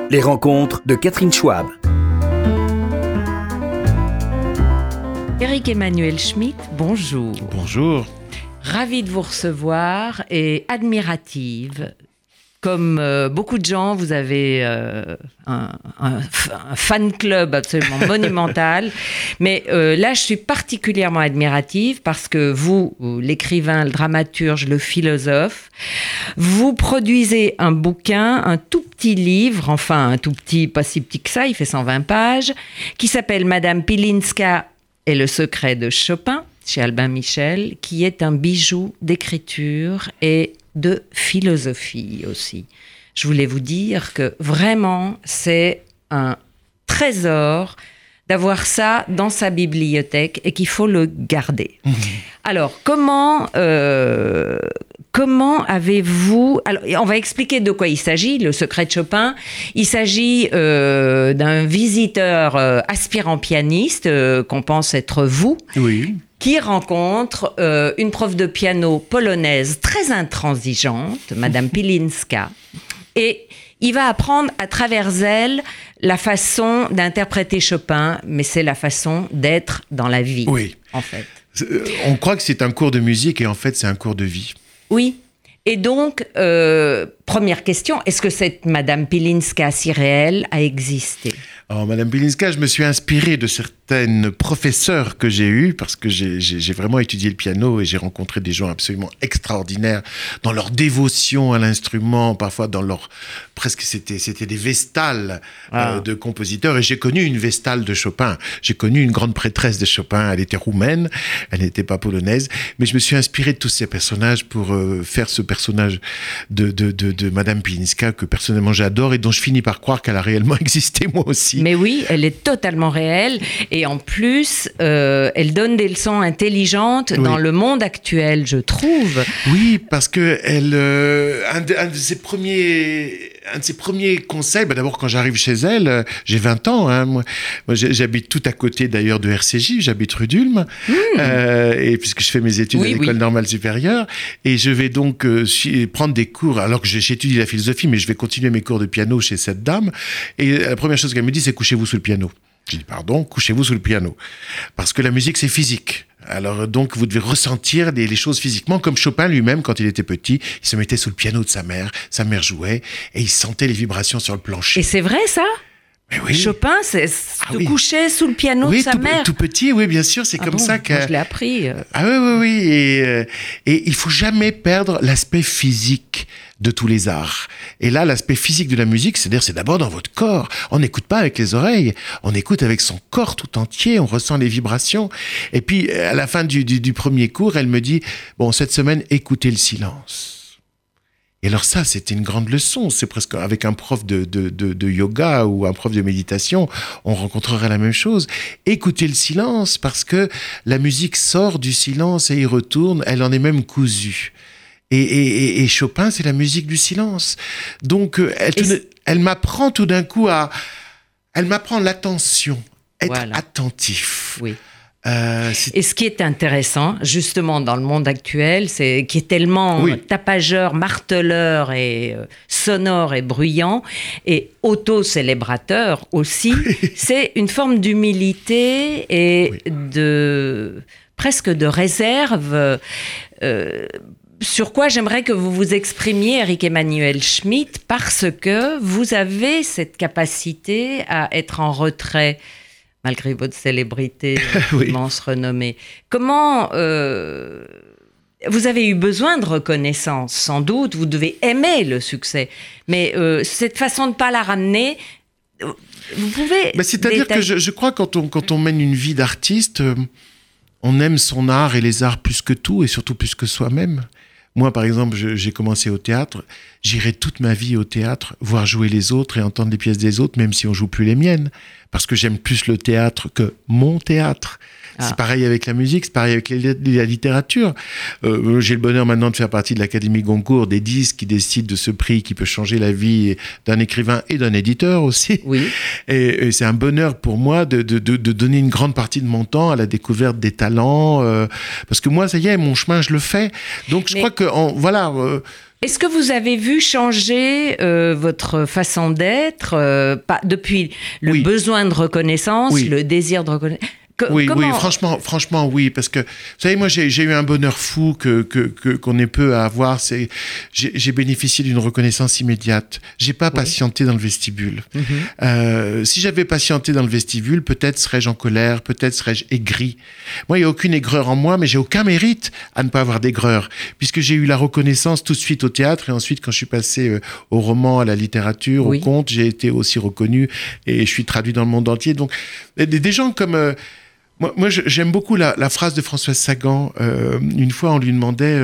Les rencontres de Catherine Schwab. Éric-Emmanuel Schmitt, bonjour. Bonjour. Ravie de vous recevoir et admirative. Comme beaucoup de gens, vous avez un fan club absolument monumental. Mais là, je suis particulièrement admirative parce que vous, l'écrivain, le dramaturge, le philosophe, vous produisez un bouquin, un tout petit livre, enfin un tout petit, pas si petit que ça, il fait 120 pages, qui s'appelle Madame Pilinska et le secret de Chopin, chez Albin Michel, qui est un bijou d'écriture et de philosophie aussi. Je voulais vous dire que vraiment, c'est un trésor d'avoir ça dans sa bibliothèque et qu'il faut le garder. Alors, comment avez-vous... Alors, on va expliquer de quoi il s'agit, le secret de Chopin. Il s'agit d'un visiteur aspirant pianiste, qu'on pense être vous, Oui. qui rencontre une prof de piano polonaise très intransigeante, Madame Pilinska, et il va apprendre à travers elle la façon d'interpréter Chopin, mais c'est la façon d'être dans la vie, Oui. en fait. On croit que c'est un cours de musique et en fait c'est un cours de vie. Oui. Et donc, première question, est-ce que cette Madame Pilinska si réelle a existé ? Alors, Madame Pilinska, je me suis inspiré de certaines professeurs que j'ai eues parce que j'ai vraiment étudié le piano et j'ai rencontré des gens absolument extraordinaires dans leur dévotion à l'instrument, parfois dans leur... Presque c'était des vestales de compositeurs et j'ai connu une vestale de Chopin. J'ai connu une grande prêtresse de Chopin, elle était roumaine, elle n'était pas polonaise, mais je me suis inspiré de tous ces personnages pour faire ce personnage de Madame Pilinska que personnellement j'adore et dont je finis par croire qu'elle a réellement existé moi aussi. Mais oui, elle est totalement réelle et en plus, elle donne des leçons intelligentes dans le monde actuel, je trouve. Oui, parce que elle, un de ses premiers conseils, d'abord quand j'arrive chez elle, j'ai 20 ans, hein, moi j'habite tout à côté d'ailleurs de RCJ, j'habite rue d'Ulm, et puisque je fais mes études à l'école normale supérieure, et je vais donc prendre des cours, alors que j'étudie la philosophie, mais je vais continuer mes cours de piano chez cette dame, et la première chose qu'elle me dit, c'est couchez-vous sous le piano. J'ai dit, pardon, couchez-vous sous le piano. Parce que la musique, c'est physique. Alors, donc, vous devez ressentir les choses physiquement, comme Chopin lui-même, quand il était petit, il se mettait sous le piano de sa mère jouait, et il sentait les vibrations sur le plancher. Et c'est vrai, ça ? Mais oui. Chopin, se couchait sous le piano de sa mère. Tout petit, oui, bien sûr, c'est comme ça que... Moi, je l'ai appris. Oui, et il faut jamais perdre l'aspect physique de tous les arts. Et là, l'aspect physique de la musique, c'est-à-dire, c'est d'abord dans votre corps. On n'écoute pas avec les oreilles, on écoute avec son corps tout entier, on ressent les vibrations. Et puis, à la fin du premier cours, elle me dit, bon, cette semaine, écoutez le silence. Et alors ça, c'était une grande leçon. C'est presque avec un prof de yoga ou un prof de méditation, on rencontrerait la même chose. Écoutez le silence parce que la musique sort du silence et y retourne. Elle en est même cousue. Et Chopin, c'est la musique du silence. Donc, elle m'apprend tout d'un coup elle m'apprend l'attention, être attentif. Oui. Et ce qui est intéressant, justement, dans le monde actuel, qui est tellement tapageur, marteleur et sonore et bruyant, et auto-célébrateur aussi, c'est une forme d'humilité et presque de réserve. Sur quoi j'aimerais que vous vous exprimiez, Éric-Emmanuel Schmitt, parce que vous avez cette capacité à être en retrait, malgré votre célébrité, immense renommée. Comment vous avez eu besoin de reconnaissance, sans doute, vous devez aimer le succès, mais cette façon de ne pas la ramener, vous pouvez... c'est-à-dire que je crois que quand on mène une vie d'artiste, on aime son art et les arts plus que tout, et surtout plus que soi-même. Moi, par exemple, j'ai commencé au théâtre. J'irai toute ma vie au théâtre, voir jouer les autres et entendre les pièces des autres, même si on joue plus les miennes. Parce que j'aime plus le théâtre que mon théâtre. C'est pareil avec la musique, c'est pareil avec la littérature. J'ai le bonheur maintenant de faire partie de l'Académie Goncourt, des 10 qui décident de ce prix qui peut changer la vie d'un écrivain et d'un éditeur aussi. Oui. Et c'est un bonheur pour moi de donner une grande partie de mon temps à la découverte des talents. Parce que moi, ça y est, mon chemin, je le fais. Donc je crois que, Est-ce que vous avez vu changer votre façon d'être depuis le Oui. besoin de reconnaissance, Oui. le désir de reconnaissance? Oui, franchement, oui, parce que, vous savez, moi, j'ai eu un bonheur fou qu'on ait peu à avoir. J'ai bénéficié d'une reconnaissance immédiate. J'ai pas patienté dans le vestibule. Si j'avais patienté dans le vestibule, peut-être serais-je en colère, peut-être serais-je aigri. Moi, il y a aucune aigreur en moi, mais j'ai aucun mérite à ne pas avoir d'aigreur, puisque j'ai eu la reconnaissance tout de suite au théâtre, et ensuite, quand je suis passé au roman, à la littérature, au conte, j'ai été aussi reconnu, et je suis traduit dans le monde entier. Donc, des gens comme... Moi, j'aime beaucoup la phrase de Françoise Sagan. Une fois, on lui demandait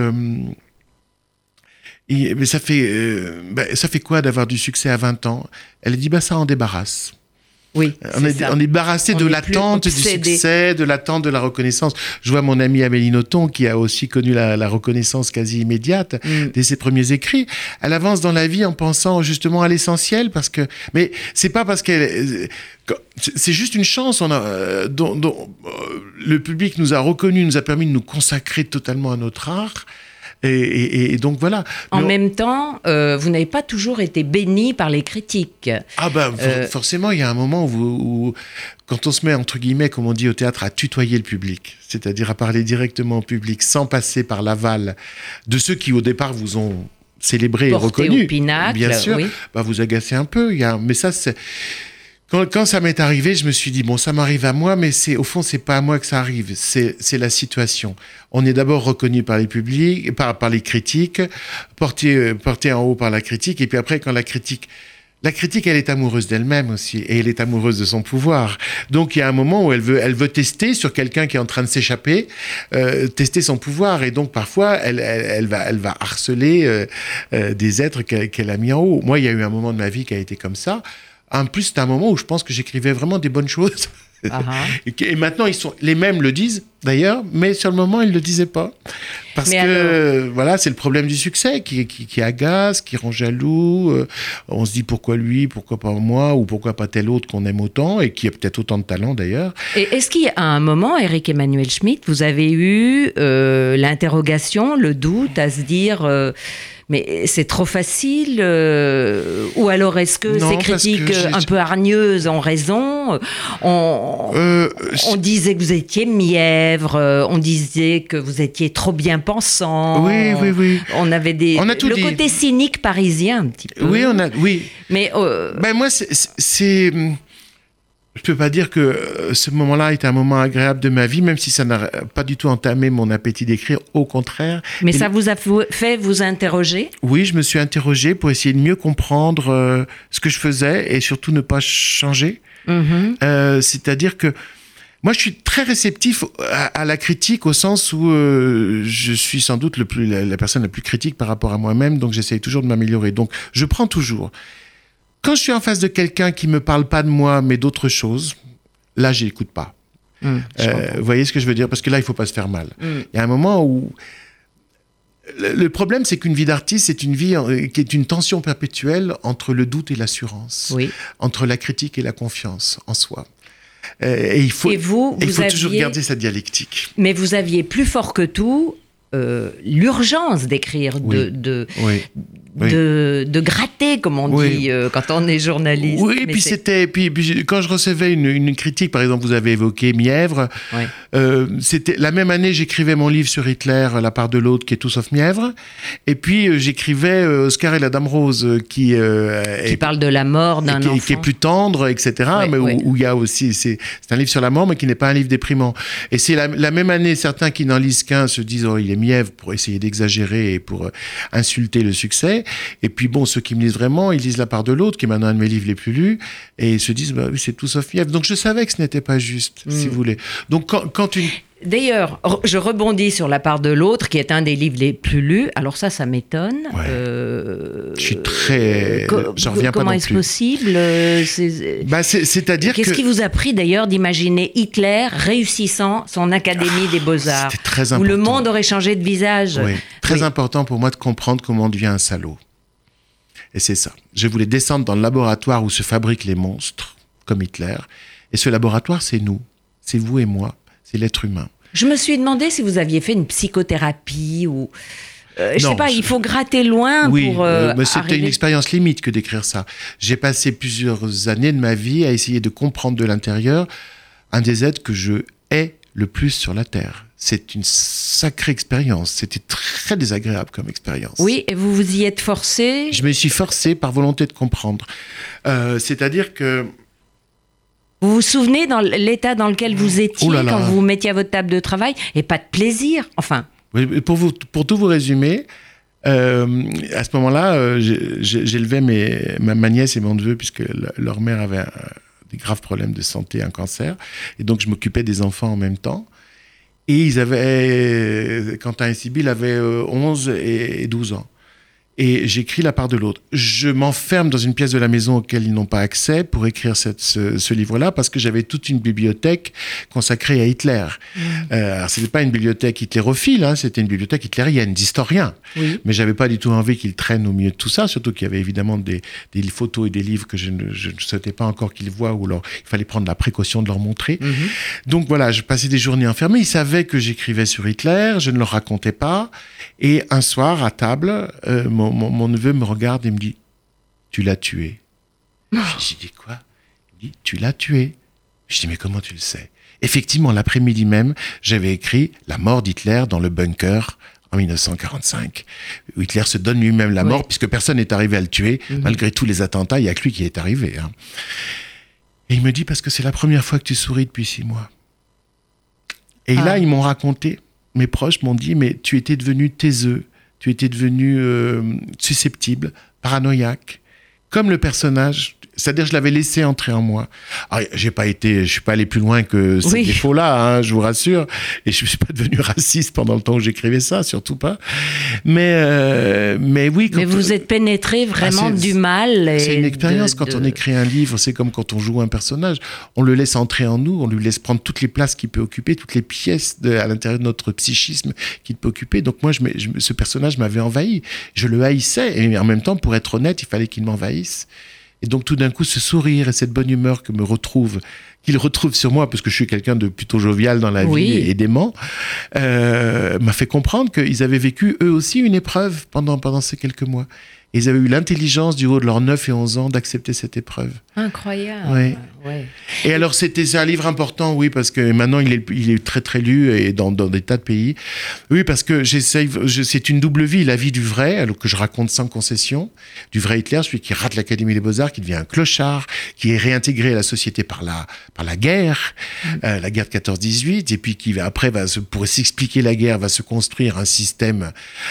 mais ça fait quoi d'avoir du succès à 20 ans? Elle a dit ça en débarrasse. Oui, on est débarrassé de l'attente du succès, de l'attente de la reconnaissance. Je vois mon amie Amélie Nothomb, qui a aussi connu la reconnaissance quasi immédiate dès ses premiers écrits. Elle avance dans la vie en pensant justement à l'essentiel, mais c'est pas parce qu'elle... C'est juste une chance dont le public nous a reconnus, nous a permis de nous consacrer totalement à notre art. Et donc voilà. En même temps, vous n'avez pas toujours été béni par les critiques. Ah forcément, il y a un moment où quand on se met, entre guillemets, comme on dit au théâtre, à tutoyer le public, c'est-à-dire à parler directement au public, sans passer par l'aval de ceux qui, au départ, vous ont célébré et reconnu. Au pinacle, bien sûr, vous agacez un peu. Mais ça, c'est... Quand ça m'est arrivé, je me suis dit, ça m'arrive à moi, mais au fond, c'est pas à moi que ça arrive, c'est la situation. On est d'abord reconnu par les publics, par les critiques, porté en haut par la critique, et puis après, quand la critique, elle est amoureuse d'elle-même aussi, et elle est amoureuse de son pouvoir. Donc, il y a un moment où elle veut tester sur quelqu'un qui est en train de s'échapper, tester son pouvoir, et donc parfois, elle va harceler des êtres qu'elle a mis en haut. Moi, il y a eu un moment de ma vie qui a été comme ça. En plus, c'était un moment où je pense que j'écrivais vraiment des bonnes choses. Et maintenant, les mêmes le disent, d'ailleurs, mais sur le moment, ils ne le disaient pas. Parce que, voilà, c'est le problème du succès qui agace, qui rend jaloux. On se dit pourquoi lui, pourquoi pas moi, ou pourquoi pas tel autre qu'on aime autant, et qui a peut-être autant de talent, d'ailleurs. Et est-ce qu'à un moment, Éric Emmanuel Schmitt, vous avez eu l'interrogation, le doute à se dire... mais c'est trop facile ou alors est-ce que ces critiques un peu hargneuses ont raison? On disait que vous étiez mièvre, on disait que vous étiez trop bien pensant. Oui. On avait le côté cynique parisien un petit peu. Oui. Mais moi, je peux pas dire que ce moment-là était un moment agréable de ma vie, même si ça n'a pas du tout entamé mon appétit d'écrire, au contraire. Mais ça vous a fait vous interroger? Oui, je me suis interrogé pour essayer de mieux comprendre ce que je faisais et surtout ne pas changer. C'est-à-dire que moi, je suis très réceptif à la critique au sens où je suis sans doute la personne la plus critique par rapport à moi-même, donc j'essaye toujours de m'améliorer. Donc, je prends toujours. Quand je suis en face de quelqu'un qui me parle pas de moi, mais d'autre chose, là, je n'écoute pas. Vous voyez ce que je veux dire? Parce que là, il faut pas se faire mal. Il y a un moment où... Le problème, c'est qu'une vie d'artiste, c'est une vie qui est une tension perpétuelle entre le doute et l'assurance, entre la critique et la confiance en soi. Et il faut toujours garder sa dialectique. Mais vous aviez plus fort que tout l'urgence d'écrire, de gratter, comme on dit quand on est journaliste. Oui, puis quand je recevais une critique, par exemple, vous avez évoqué Mièvre, c'était la même année, j'écrivais mon livre sur Hitler, La part de l'autre, qui est tout sauf Mièvre, et puis j'écrivais Oscar et la Dame Rose, qui parle de la mort d'un enfant. Qui est plus tendre, etc., mais où il y a aussi, c'est un livre sur la mort, mais qui n'est pas un livre déprimant. Et c'est la même année, certains qui n'en lisent qu'un se disent, il est Mièvre, pour essayer d'exagérer et pour insulter le succès. Et puis ceux qui me lisent vraiment, ils lisent La part de l'autre, qui est maintenant un de mes livres les plus lus, et ils se disent, oui, c'est tout sauf Mièvre. Donc je savais que ce n'était pas juste, si vous voulez. Donc quand une... D'ailleurs, je rebondis sur La part de l'autre, qui est un des livres les plus lus. Alors ça m'étonne. Je suis très... J'en reviens pas non plus. Comment est-ce possible c'est-à-dire Qu'est-ce qui vous a pris d'ailleurs d'imaginer Hitler réussissant son Académie des Beaux-Arts, c'était très important. Où le monde aurait changé de visage? Très important pour moi de comprendre comment on devient un salaud. Et c'est ça. Je voulais descendre dans le laboratoire où se fabriquent les monstres, comme Hitler. Et ce laboratoire, c'est nous. C'est vous et moi. C'est l'être humain. Je me suis demandé si vous aviez fait une psychothérapie ou... Je sais pas, il faut gratter loin pour mais c'était arriver... une expérience limite que d'écrire ça. J'ai passé plusieurs années de ma vie à essayer de comprendre de l'intérieur un des êtres que je hais le plus sur la Terre. C'est une sacrée expérience. C'était très désagréable comme expérience. Oui, et vous vous y êtes forcé? Je me suis forcé par volonté de comprendre. C'est-à-dire que... Vous vous souvenez dans l'état dans lequel vous étiez quand vous vous mettiez à votre table de travail? Et pas de plaisir, enfin... Pour tout vous résumer, à ce moment-là, j'élevais ma nièce et mon neveu, puisque leur mère avait des graves problèmes de santé, un cancer. Et donc, je m'occupais des enfants en même temps. Et Quentin et Sibylle avaient 11 et 12 ans. Et j'écris la part de l'autre. Je m'enferme dans une pièce de la maison auquel ils n'ont pas accès pour écrire ce livre-là, parce que j'avais toute une bibliothèque consacrée à Hitler. Alors, ce n'était pas une bibliothèque hitlérophile, c'était une bibliothèque hitlérienne, d'historiens. Oui. Mais je n'avais pas du tout envie qu'ils traînent au milieu de tout ça, surtout qu'il y avait évidemment des photos et des livres que je ne souhaitais pas encore qu'ils voient, ou il fallait prendre la précaution de leur montrer. Donc voilà, je passais des journées enfermées. Ils savaient que j'écrivais sur Hitler, je ne leur racontais pas. Et un soir, à table, mon neveu me regarde et me dit « Tu l'as tué. » J'ai dit « Quoi ?» Il me dit « Tu l'as tué. » Je dis « Mais comment tu le sais ?» Effectivement, l'après-midi même, j'avais écrit « La mort d'Hitler dans le bunker » en 1945, où Hitler se donne lui-même la mort, puisque personne n'est arrivé à le tuer. Malgré tous les attentats, il n'y a que lui qui est arrivé. Et il me dit « Parce que c'est la première fois que tu souris depuis 6 mois. » Et là, ils m'ont raconté, mes proches m'ont dit « Mais tu étais devenu taiseux. Tu étais devenu susceptible, paranoïaque, comme le personnage. C'est-à-dire, je l'avais laissé entrer en moi. Alors, je suis pas allé plus loin que ces défauts-là, je vous rassure. Et je suis pas devenu raciste pendant le temps où j'écrivais ça, surtout pas. Mais oui. Mais vous êtes pénétré vraiment du mal. C'est une expérience quand on écrit un livre. C'est comme quand on joue un personnage. On le laisse entrer en nous. On lui laisse prendre toutes les places qu'il peut occuper, toutes les pièces à l'intérieur de notre psychisme qu'il peut occuper. Donc moi, ce personnage m'avait envahi. Je le haïssais. Et en même temps, pour être honnête, il fallait qu'il m'envahisse. Et donc, tout d'un coup, ce sourire et cette bonne humeur qu'il retrouve sur moi, parce que je suis quelqu'un de plutôt jovial dans la vie et d'aimant, m'a fait comprendre qu'ils avaient vécu, eux aussi, une épreuve pendant ces quelques mois. Et ils avaient eu l'intelligence, du haut de leurs 9 et 11 ans, d'accepter cette épreuve. Incroyable. Ouais. Et alors, c'est un livre important, oui, parce que maintenant, il est très, très lu et dans des tas de pays. Oui, parce que c'est une double vie, la vie du vrai, alors que je raconte sans concession, du vrai Hitler, celui qui rate l'Académie des Beaux-Arts, qui devient un clochard, qui est réintégré à la société par la guerre, la guerre de 14-18, et puis qui après, pour s'expliquer la guerre, va se construire un système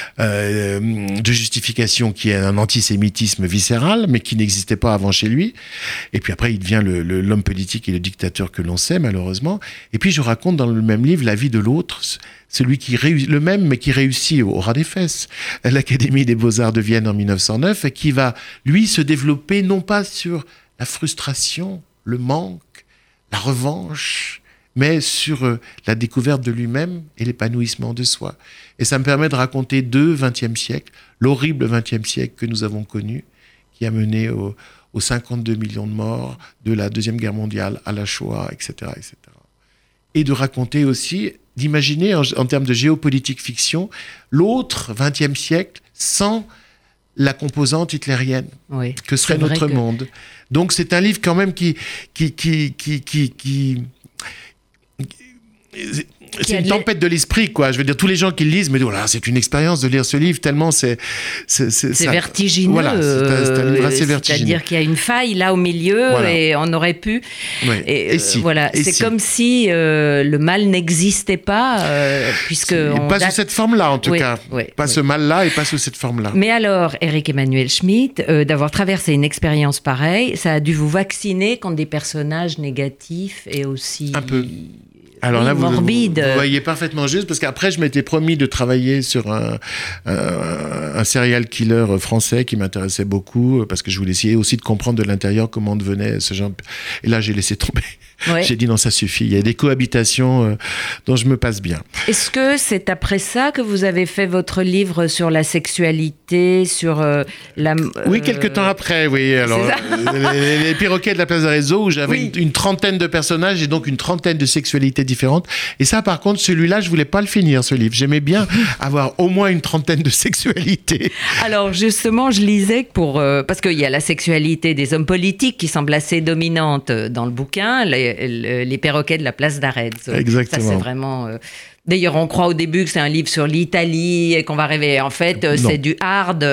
de justification qui est un antisémitisme viscéral, mais qui n'existait pas avant chez lui. Et puis après, il devient l'homme politique et le dictateur que l'on sait, malheureusement. Et puis, je raconte dans le même livre la vie de l'autre, celui qui réussit, le même, mais qui réussit au ras des fesses, à l'Académie des Beaux-Arts de Vienne en 1909, et qui va, lui, se développer non pas sur la frustration, le manque, la revanche, mais sur la découverte de lui-même et l'épanouissement de soi. Et ça me permet de raconter deux XXe siècle, l'horrible XXe siècle que nous avons connu, qui a mené aux 52 millions de morts de la Deuxième Guerre mondiale, à la Shoah, etc., etc. Et de raconter aussi, d'imaginer en termes de géopolitique fiction, l'autre XXe siècle sans la composante hitlérienne, que serait notre monde. Donc c'est un livre quand même c'est une tempête de l'esprit, quoi. Je veux dire, tous les gens qui le lisent me disent, voilà, c'est une expérience de lire ce livre, tellement c'est vertigineux. Voilà, c'est un livre assez vertigineux. C'est-à-dire qu'il y a une faille là au milieu, et on aurait pu. Et c'est comme si le mal n'existait pas, puisque pas sous cette forme-là, en tout cas. Pas ce mal-là et pas sous cette forme-là. Mais alors, Éric Emmanuel Schmitt, d'avoir traversé une expérience pareille, ça a dû vous vacciner contre des personnages négatifs et aussi. Un peu. Alors là, vous voyez parfaitement juste, parce qu'après, je m'étais promis de travailler sur un serial killer français qui m'intéressait beaucoup, parce que je voulais essayer aussi de comprendre de l'intérieur comment devenait ce genre. Et là, j'ai laissé tomber. J'ai dit non, ça suffit. Il y a des cohabitations dont je me passe bien. Est-ce que c'est après ça que vous avez fait votre livre sur la sexualité, sur la... Oui, quelques temps après, oui. Alors, les perroquets de la place de réseau, où j'avais une trentaine de personnages et donc une trentaine de sexualités différentes. Et ça, par contre, celui-là, je voulais pas le finir, ce livre. J'aimais bien avoir au moins une trentaine de sexualités. Alors justement, je lisais parce qu'il y a la sexualité des hommes politiques qui semble assez dominante dans le bouquin, les perroquets de la place d'Arez. Exactement. Ça, c'est vraiment... D'ailleurs, on croit au début que c'est un livre sur l'Italie et qu'on va rêver. En fait, c'est du hard.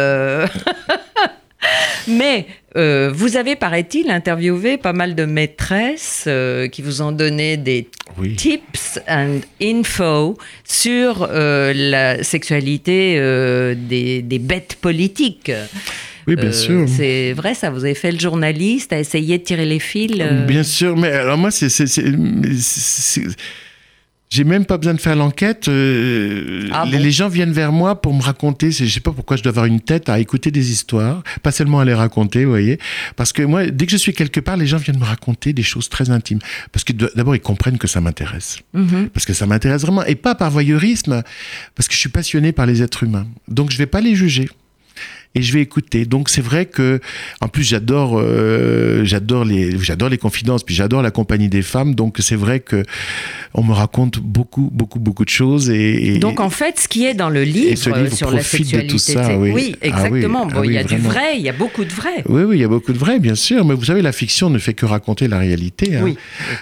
Mais vous avez, paraît-il, interviewé pas mal de maîtresses qui vous ont donné des tips and info sur la sexualité des bêtes politiques. Oui, bien sûr. C'est vrai, ça, vous avez fait le journaliste, à essayer de tirer les fils. Bien sûr, mais alors moi, j'ai même pas besoin de faire l'enquête. Les gens viennent vers moi pour me raconter. Je sais pas pourquoi je dois avoir une tête à écouter des histoires, pas seulement à les raconter, vous voyez. Parce que moi, dès que je suis quelque part, les gens viennent me raconter des choses très intimes. Parce que d'abord, ils comprennent que ça m'intéresse. Parce que ça m'intéresse vraiment. Et pas par voyeurisme, parce que je suis passionné par les êtres humains. Donc, je vais pas les juger. Et je vais écouter. Donc c'est vrai que, en plus j'adore les confidences, puis j'adore la compagnie des femmes. Donc c'est vrai que on me raconte beaucoup de choses. Donc en fait, ce qui est dans le livre sur la sexualité, de tout ça, oui, exactement. Il y a vraiment du vrai, il y a beaucoup de vrai. Oui, il y a beaucoup de vrai, bien sûr. Mais vous savez, la fiction ne fait que raconter la réalité, hein. Oui.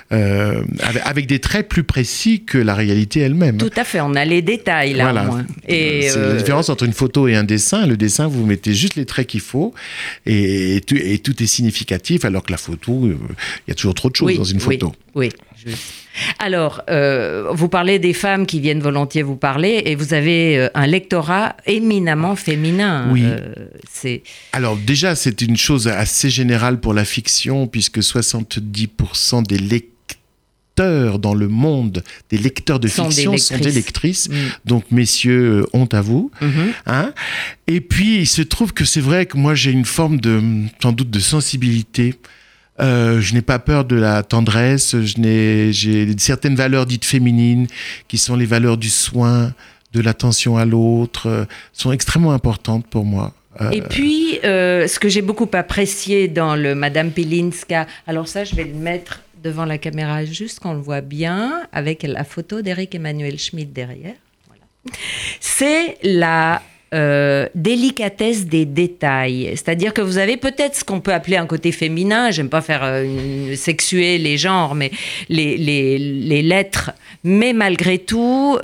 Avec des traits plus précis que la réalité elle-même. Tout à fait. On a les détails là, voilà. au moins. Et c'est la différence entre une photo et un dessin. Le dessin, vous mettez juste les traits qu'il faut et tout est significatif, alors que la photo, il y a toujours trop de choses dans une photo. Oui. Alors, vous parlez des femmes qui viennent volontiers vous parler et vous avez un lectorat éminemment féminin. Oui. Alors déjà, c'est une chose assez générale pour la fiction, puisque 70% des lecteurs dans le monde, des lecteurs de fiction sont des lectrices. Donc, messieurs, honte à vous. Hein. Et puis, il se trouve que c'est vrai que moi, j'ai une forme sans doute de sensibilité. Je n'ai pas peur de la tendresse. J'ai certaines valeurs dites féminines, qui sont les valeurs du soin, de l'attention à l'autre, sont extrêmement importantes pour moi. Et puis, ce que j'ai beaucoup apprécié dans le Madame Pilinska, alors ça, je vais le mettre devant la caméra juste qu'on le voit bien, avec la photo d'Éric Emmanuel Schmitt derrière. Voilà. C'est la délicatesse des détails. C'est-à-dire que vous avez peut-être ce qu'on peut appeler un côté féminin, j'aime pas faire sexuer les genres, mais les lettres, mais malgré tout,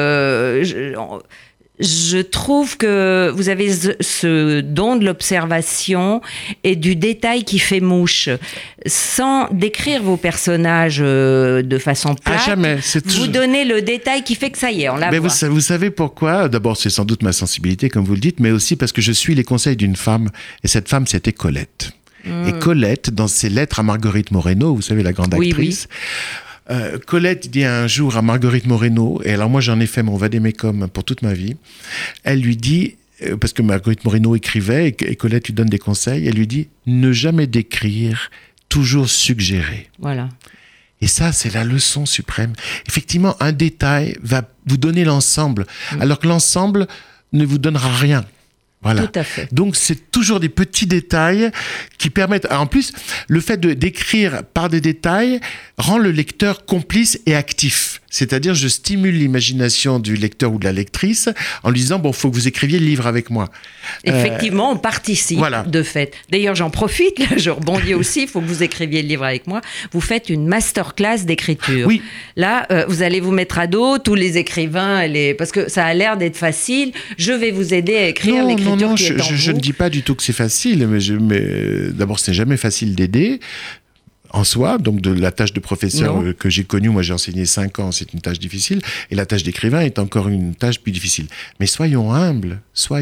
je trouve que vous avez ce don de l'observation et du détail qui fait mouche. Sans décrire vos personnages de façon plate, jamais. Vous donnez le détail qui fait que ça y est, on la voit. Vous savez pourquoi ? D'abord, c'est sans doute ma sensibilité, comme vous le dites, mais aussi parce que je suis les conseils d'une femme, et cette femme, c'était Colette. Et Colette, dans ses lettres à Marguerite Moreno, vous savez, la grande actrice... Oui. Colette dit un jour à Marguerite Moreno, et alors moi j'en ai fait mon vadémécum pour toute ma vie, elle lui dit, parce que Marguerite Moreno écrivait et Colette lui donne des conseils, elle lui dit « Ne jamais décrire, toujours suggérer ». Voilà. Et ça, c'est la leçon suprême. Effectivement, un détail va vous donner l'ensemble, alors que l'ensemble ne vous donnera rien. Voilà. Tout à fait. Donc, c'est toujours des petits détails qui permettent... En plus, le fait d'écrire par des détails rend le lecteur complice et actif. C'est-à-dire, je stimule l'imagination du lecteur ou de la lectrice en lui disant, bon, il faut que vous écriviez le livre avec moi. Effectivement, on participe, de fait. D'ailleurs, j'en profite, là, je rebondis aussi, il faut que vous écriviez le livre avec moi. Vous faites une masterclass d'écriture. Oui. Là, vous allez vous mettre à dos tous les écrivains, parce que ça a l'air d'être facile. Je vais vous aider à écrire l'écriture qui est en vous. Je ne dis pas du tout que c'est facile, mais d'abord, c'est jamais facile d'aider. En soi, donc de la tâche de professeur que j'ai connue, moi j'ai enseigné 5 ans, c'est une tâche difficile, et la tâche d'écrivain est encore une tâche plus difficile. Mais soyons humbles,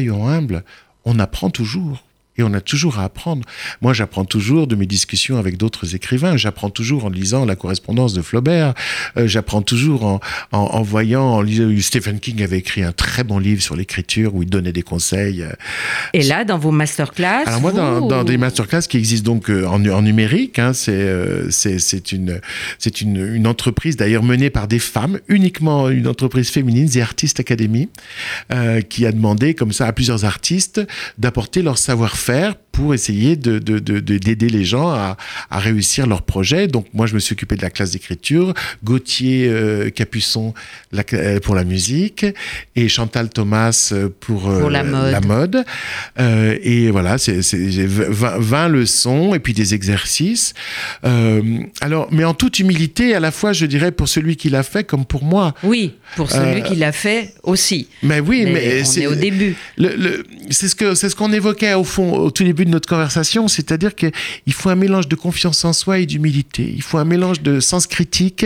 on apprend toujours. Et on a toujours à apprendre. Moi, j'apprends toujours de mes discussions avec d'autres écrivains. J'apprends toujours en lisant la correspondance de Flaubert. J'apprends toujours en voyant, en lisant. Stephen King avait écrit un très bon livre sur l'écriture où il donnait des conseils. Et là, dans vos masterclass... Alors moi, dans des masterclass qui existent donc en numérique, hein, c'est une entreprise d'ailleurs menée par des femmes, uniquement une entreprise féminine, The Artist Academy, qui a demandé comme ça à plusieurs artistes d'apporter leur savoir-faire faire pour essayer d'aider les gens à réussir leurs projets. Donc moi, je me suis occupé de la classe d'écriture, Gauthier Capuçon pour la musique et Chantal Thomas pour la mode. Et voilà, j'ai 20 leçons et puis des exercices. Alors, mais en toute humilité, à la fois, je dirais, pour celui qui l'a fait comme pour moi. Oui, pour celui qui l'a fait aussi. Mais oui, mais on est au début. C'est ce qu'on évoquait au fond, au tout début de notre conversation, c'est-à-dire qu'il faut un mélange de confiance en soi et d'humilité. Il faut un mélange de sens critique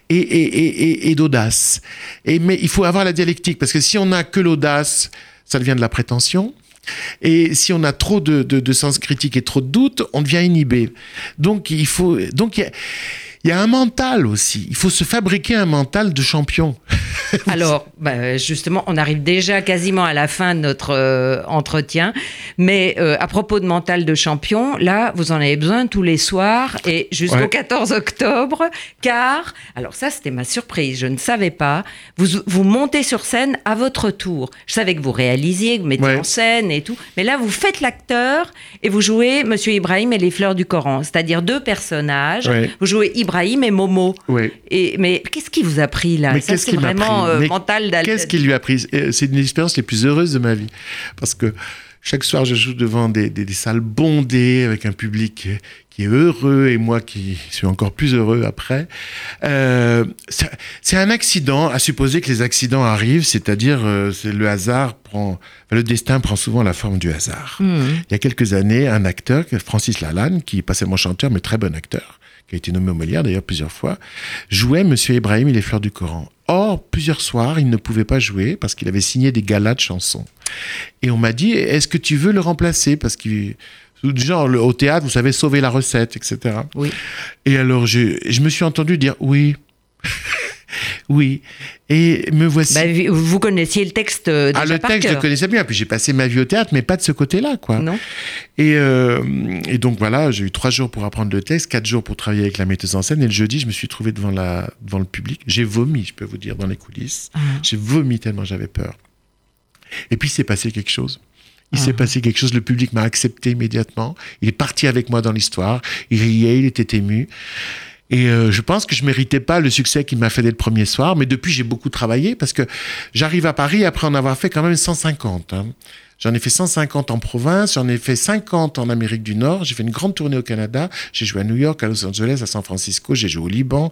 et d'audace. Mais il faut avoir la dialectique, parce que si on n'a que l'audace, ça devient de la prétention. Et si on a trop de sens critique et trop de doute, on devient inhibé. Donc il y a un mental aussi. Il faut se fabriquer un mental de champion. Alors, justement, on arrive déjà quasiment à la fin de notre entretien. Mais à propos de mental de champion, là, vous en avez besoin tous les soirs et jusqu'au 14 octobre. Car, alors ça, c'était ma surprise. Je ne savais pas. Vous montez sur scène à votre tour. Je savais que vous réalisiez, que vous mettez en scène et tout. Mais là, vous faites l'acteur et vous jouez Monsieur Ibrahim et les fleurs du Coran. C'est-à-dire deux personnages. Vous jouez Ibrahim et Momo. Mais qu'est-ce qui vous a pris là? Ça, c'est vraiment mental. Qu'est-ce qui lui a pris? C'est une expérience les plus heureuses de ma vie. Parce que chaque soir, je joue devant des salles bondées avec un public qui est heureux et moi qui suis encore plus heureux après. C'est un accident, à supposer que les accidents arrivent, c'est-à-dire le hasard le destin prend souvent la forme du hasard. Il y a quelques années, un acteur, Francis Lalanne, qui n'est pas seulement chanteur, mais très bon acteur, qui a été nommé au Molière d'ailleurs plusieurs fois, jouait Monsieur Ibrahim et les fleurs du Coran. Or, plusieurs soirs, il ne pouvait pas jouer parce qu'il avait signé des galas de chansons. Et on m'a dit, est-ce que tu veux le remplacer? Parce qu'il... Genre, au théâtre, vous savez, sauver la recette, etc. Oui. Et alors, je me suis entendu dire oui. Oui. Et me voici. Vous connaissiez le texte déjà par cœur. Le texte, je le connaissais bien. Puis j'ai passé ma vie au théâtre, mais pas de ce côté-là, quoi. Non. Et donc voilà, j'ai eu 3 jours pour apprendre le texte, 4 jours pour travailler avec la metteuse en scène. Et le jeudi, je me suis trouvé devant le public. J'ai vomi, je peux vous dire, dans les coulisses. J'ai vomi tellement j'avais peur. Et puis, il s'est passé quelque chose. Il s'est passé quelque chose, le public m'a accepté immédiatement. Il est parti avec moi dans l'histoire. Il riait, il était ému. Et je pense que je méritais pas le succès qu'il m'a fait dès le premier soir, mais depuis j'ai beaucoup travaillé parce que j'arrive à Paris après en avoir fait quand même 150. J'en ai fait 150 en province, j'en ai fait 50 en Amérique du Nord, j'ai fait une grande tournée au Canada, j'ai joué à New York, à Los Angeles, à San Francisco, j'ai joué au Liban,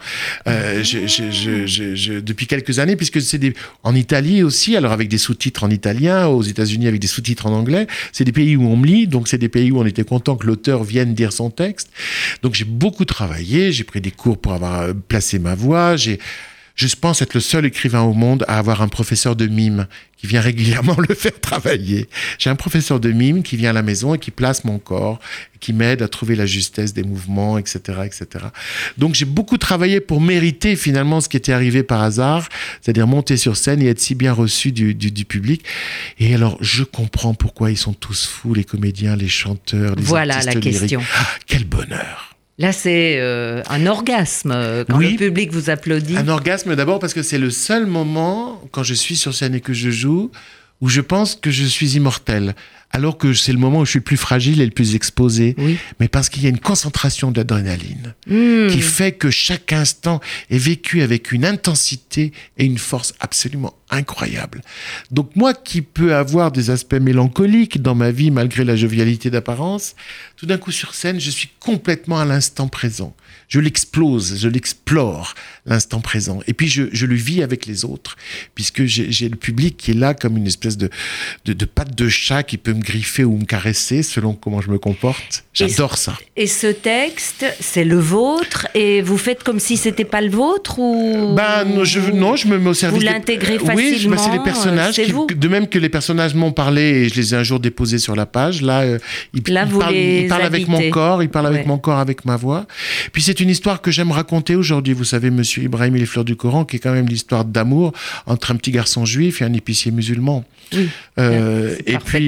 depuis quelques années, puisque c'est en Italie aussi, alors avec des sous-titres en italien, aux États-Unis avec des sous-titres en anglais, c'est des pays où on me lit, donc c'est des pays où on était content que l'auteur vienne dire son texte. Donc j'ai beaucoup travaillé, j'ai pris des cours pour avoir placé ma voix, je pense être le seul écrivain au monde à avoir un professeur de mime qui vient régulièrement le faire travailler. J'ai un professeur de mime qui vient à la maison et qui place mon corps, qui m'aide à trouver la justesse des mouvements, etc., etc. Donc j'ai beaucoup travaillé pour mériter finalement ce qui était arrivé par hasard, c'est-à-dire monter sur scène et être si bien reçu du public. Et alors je comprends pourquoi ils sont tous fous, les comédiens, les chanteurs, les artistes lyriques. Question. Quel bonheur! Là, c'est un orgasme quand le public vous applaudit. Un orgasme d'abord parce que c'est le seul moment, quand je suis sur scène et que je joue, où je pense que je suis immortel. Alors que c'est le moment où je suis le plus fragile et le plus exposé. Oui. Mais parce qu'il y a une concentration d'adrénaline qui fait que chaque instant est vécu avec une intensité et une force absolument incroyable. Donc moi qui peux avoir des aspects mélancoliques dans ma vie malgré la jovialité d'apparence, tout d'un coup sur scène, je suis complètement à l'instant présent. Je l'explose, je l'explore, l'instant présent. Et puis je le vis avec les autres, puisque j'ai le public qui est là comme une espèce de patte de chat qui peut me griffer ou me caresser selon comment je me comporte. J'adore ça. Et ce texte, c'est le vôtre et vous faites comme si c'était pas le vôtre ou je me mets au service. Vous l'intégrez facilement. Oui, c'est les personnages de même que les personnages m'ont parlé et je les ai un jour déposés sur la page. Là, ils parlent avec mon corps, ils parlent avec mon corps, avec ma voix. Puis c'est une histoire que j'aime raconter aujourd'hui. Vous savez, Monsieur Ibrahim et les fleurs du Coran, qui est quand même l'histoire d'amour entre un petit garçon juif et un épicier musulman. Oui,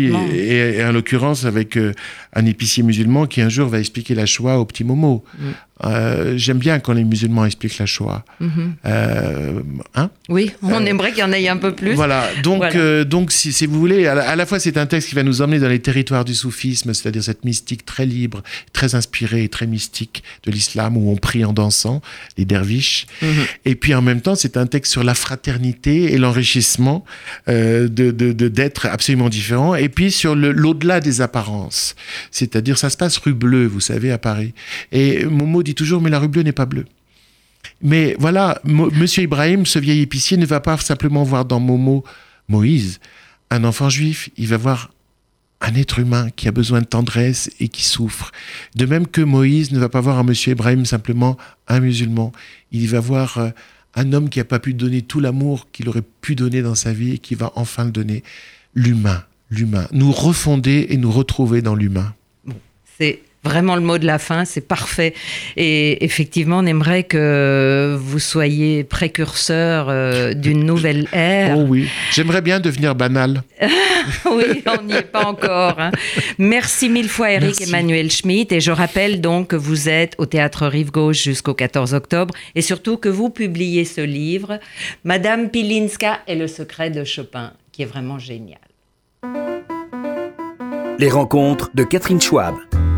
et en l'occurrence avec un épicier musulman qui un jour va expliquer la Shoah au petit Momo. J'aime bien quand les musulmans expliquent la Shoah. Oui, on aimerait qu'il y en ait un peu plus. Voilà, donc si vous voulez, à la fois c'est un texte qui va nous emmener dans les territoires du soufisme, c'est-à-dire cette mystique très libre, très inspirée et très mystique de l'islam, où on prie en dansant, les derviches. Et puis en même temps, c'est un texte sur la fraternité et l'enrichissement d'êtres absolument différents. Et puis sur l'au-delà des apparences, c'est-à-dire ça se passe rue Bleue, vous savez, à Paris. Et Momo dit toujours, mais la rue Bleue n'est pas bleue. Mais voilà, Monsieur Ibrahim, ce vieil épicier, ne va pas simplement voir dans Momo Moïse, un enfant juif. Il va voir un être humain qui a besoin de tendresse et qui souffre. De même que Moïse ne va pas voir en Monsieur Ibrahim simplement un musulman. Il va voir un homme qui n'a pas pu donner tout l'amour qu'il aurait pu donner dans sa vie et qui va enfin le donner. L'humain. Nous refonder et nous retrouver dans l'humain. C'est vraiment le mot de la fin, c'est parfait. Et effectivement, on aimerait que vous soyez précurseur d'une nouvelle ère. Oh oui, j'aimerais bien devenir banal. Oui, on n'y est pas encore. Merci mille fois Éric Emmanuel Schmitt. Et je rappelle donc que vous êtes au Théâtre Rive Gauche jusqu'au 14 octobre. Et surtout que vous publiez ce livre, Madame Pilinska et le secret de Chopin, qui est vraiment génial. Les rencontres de Catherine Schwab.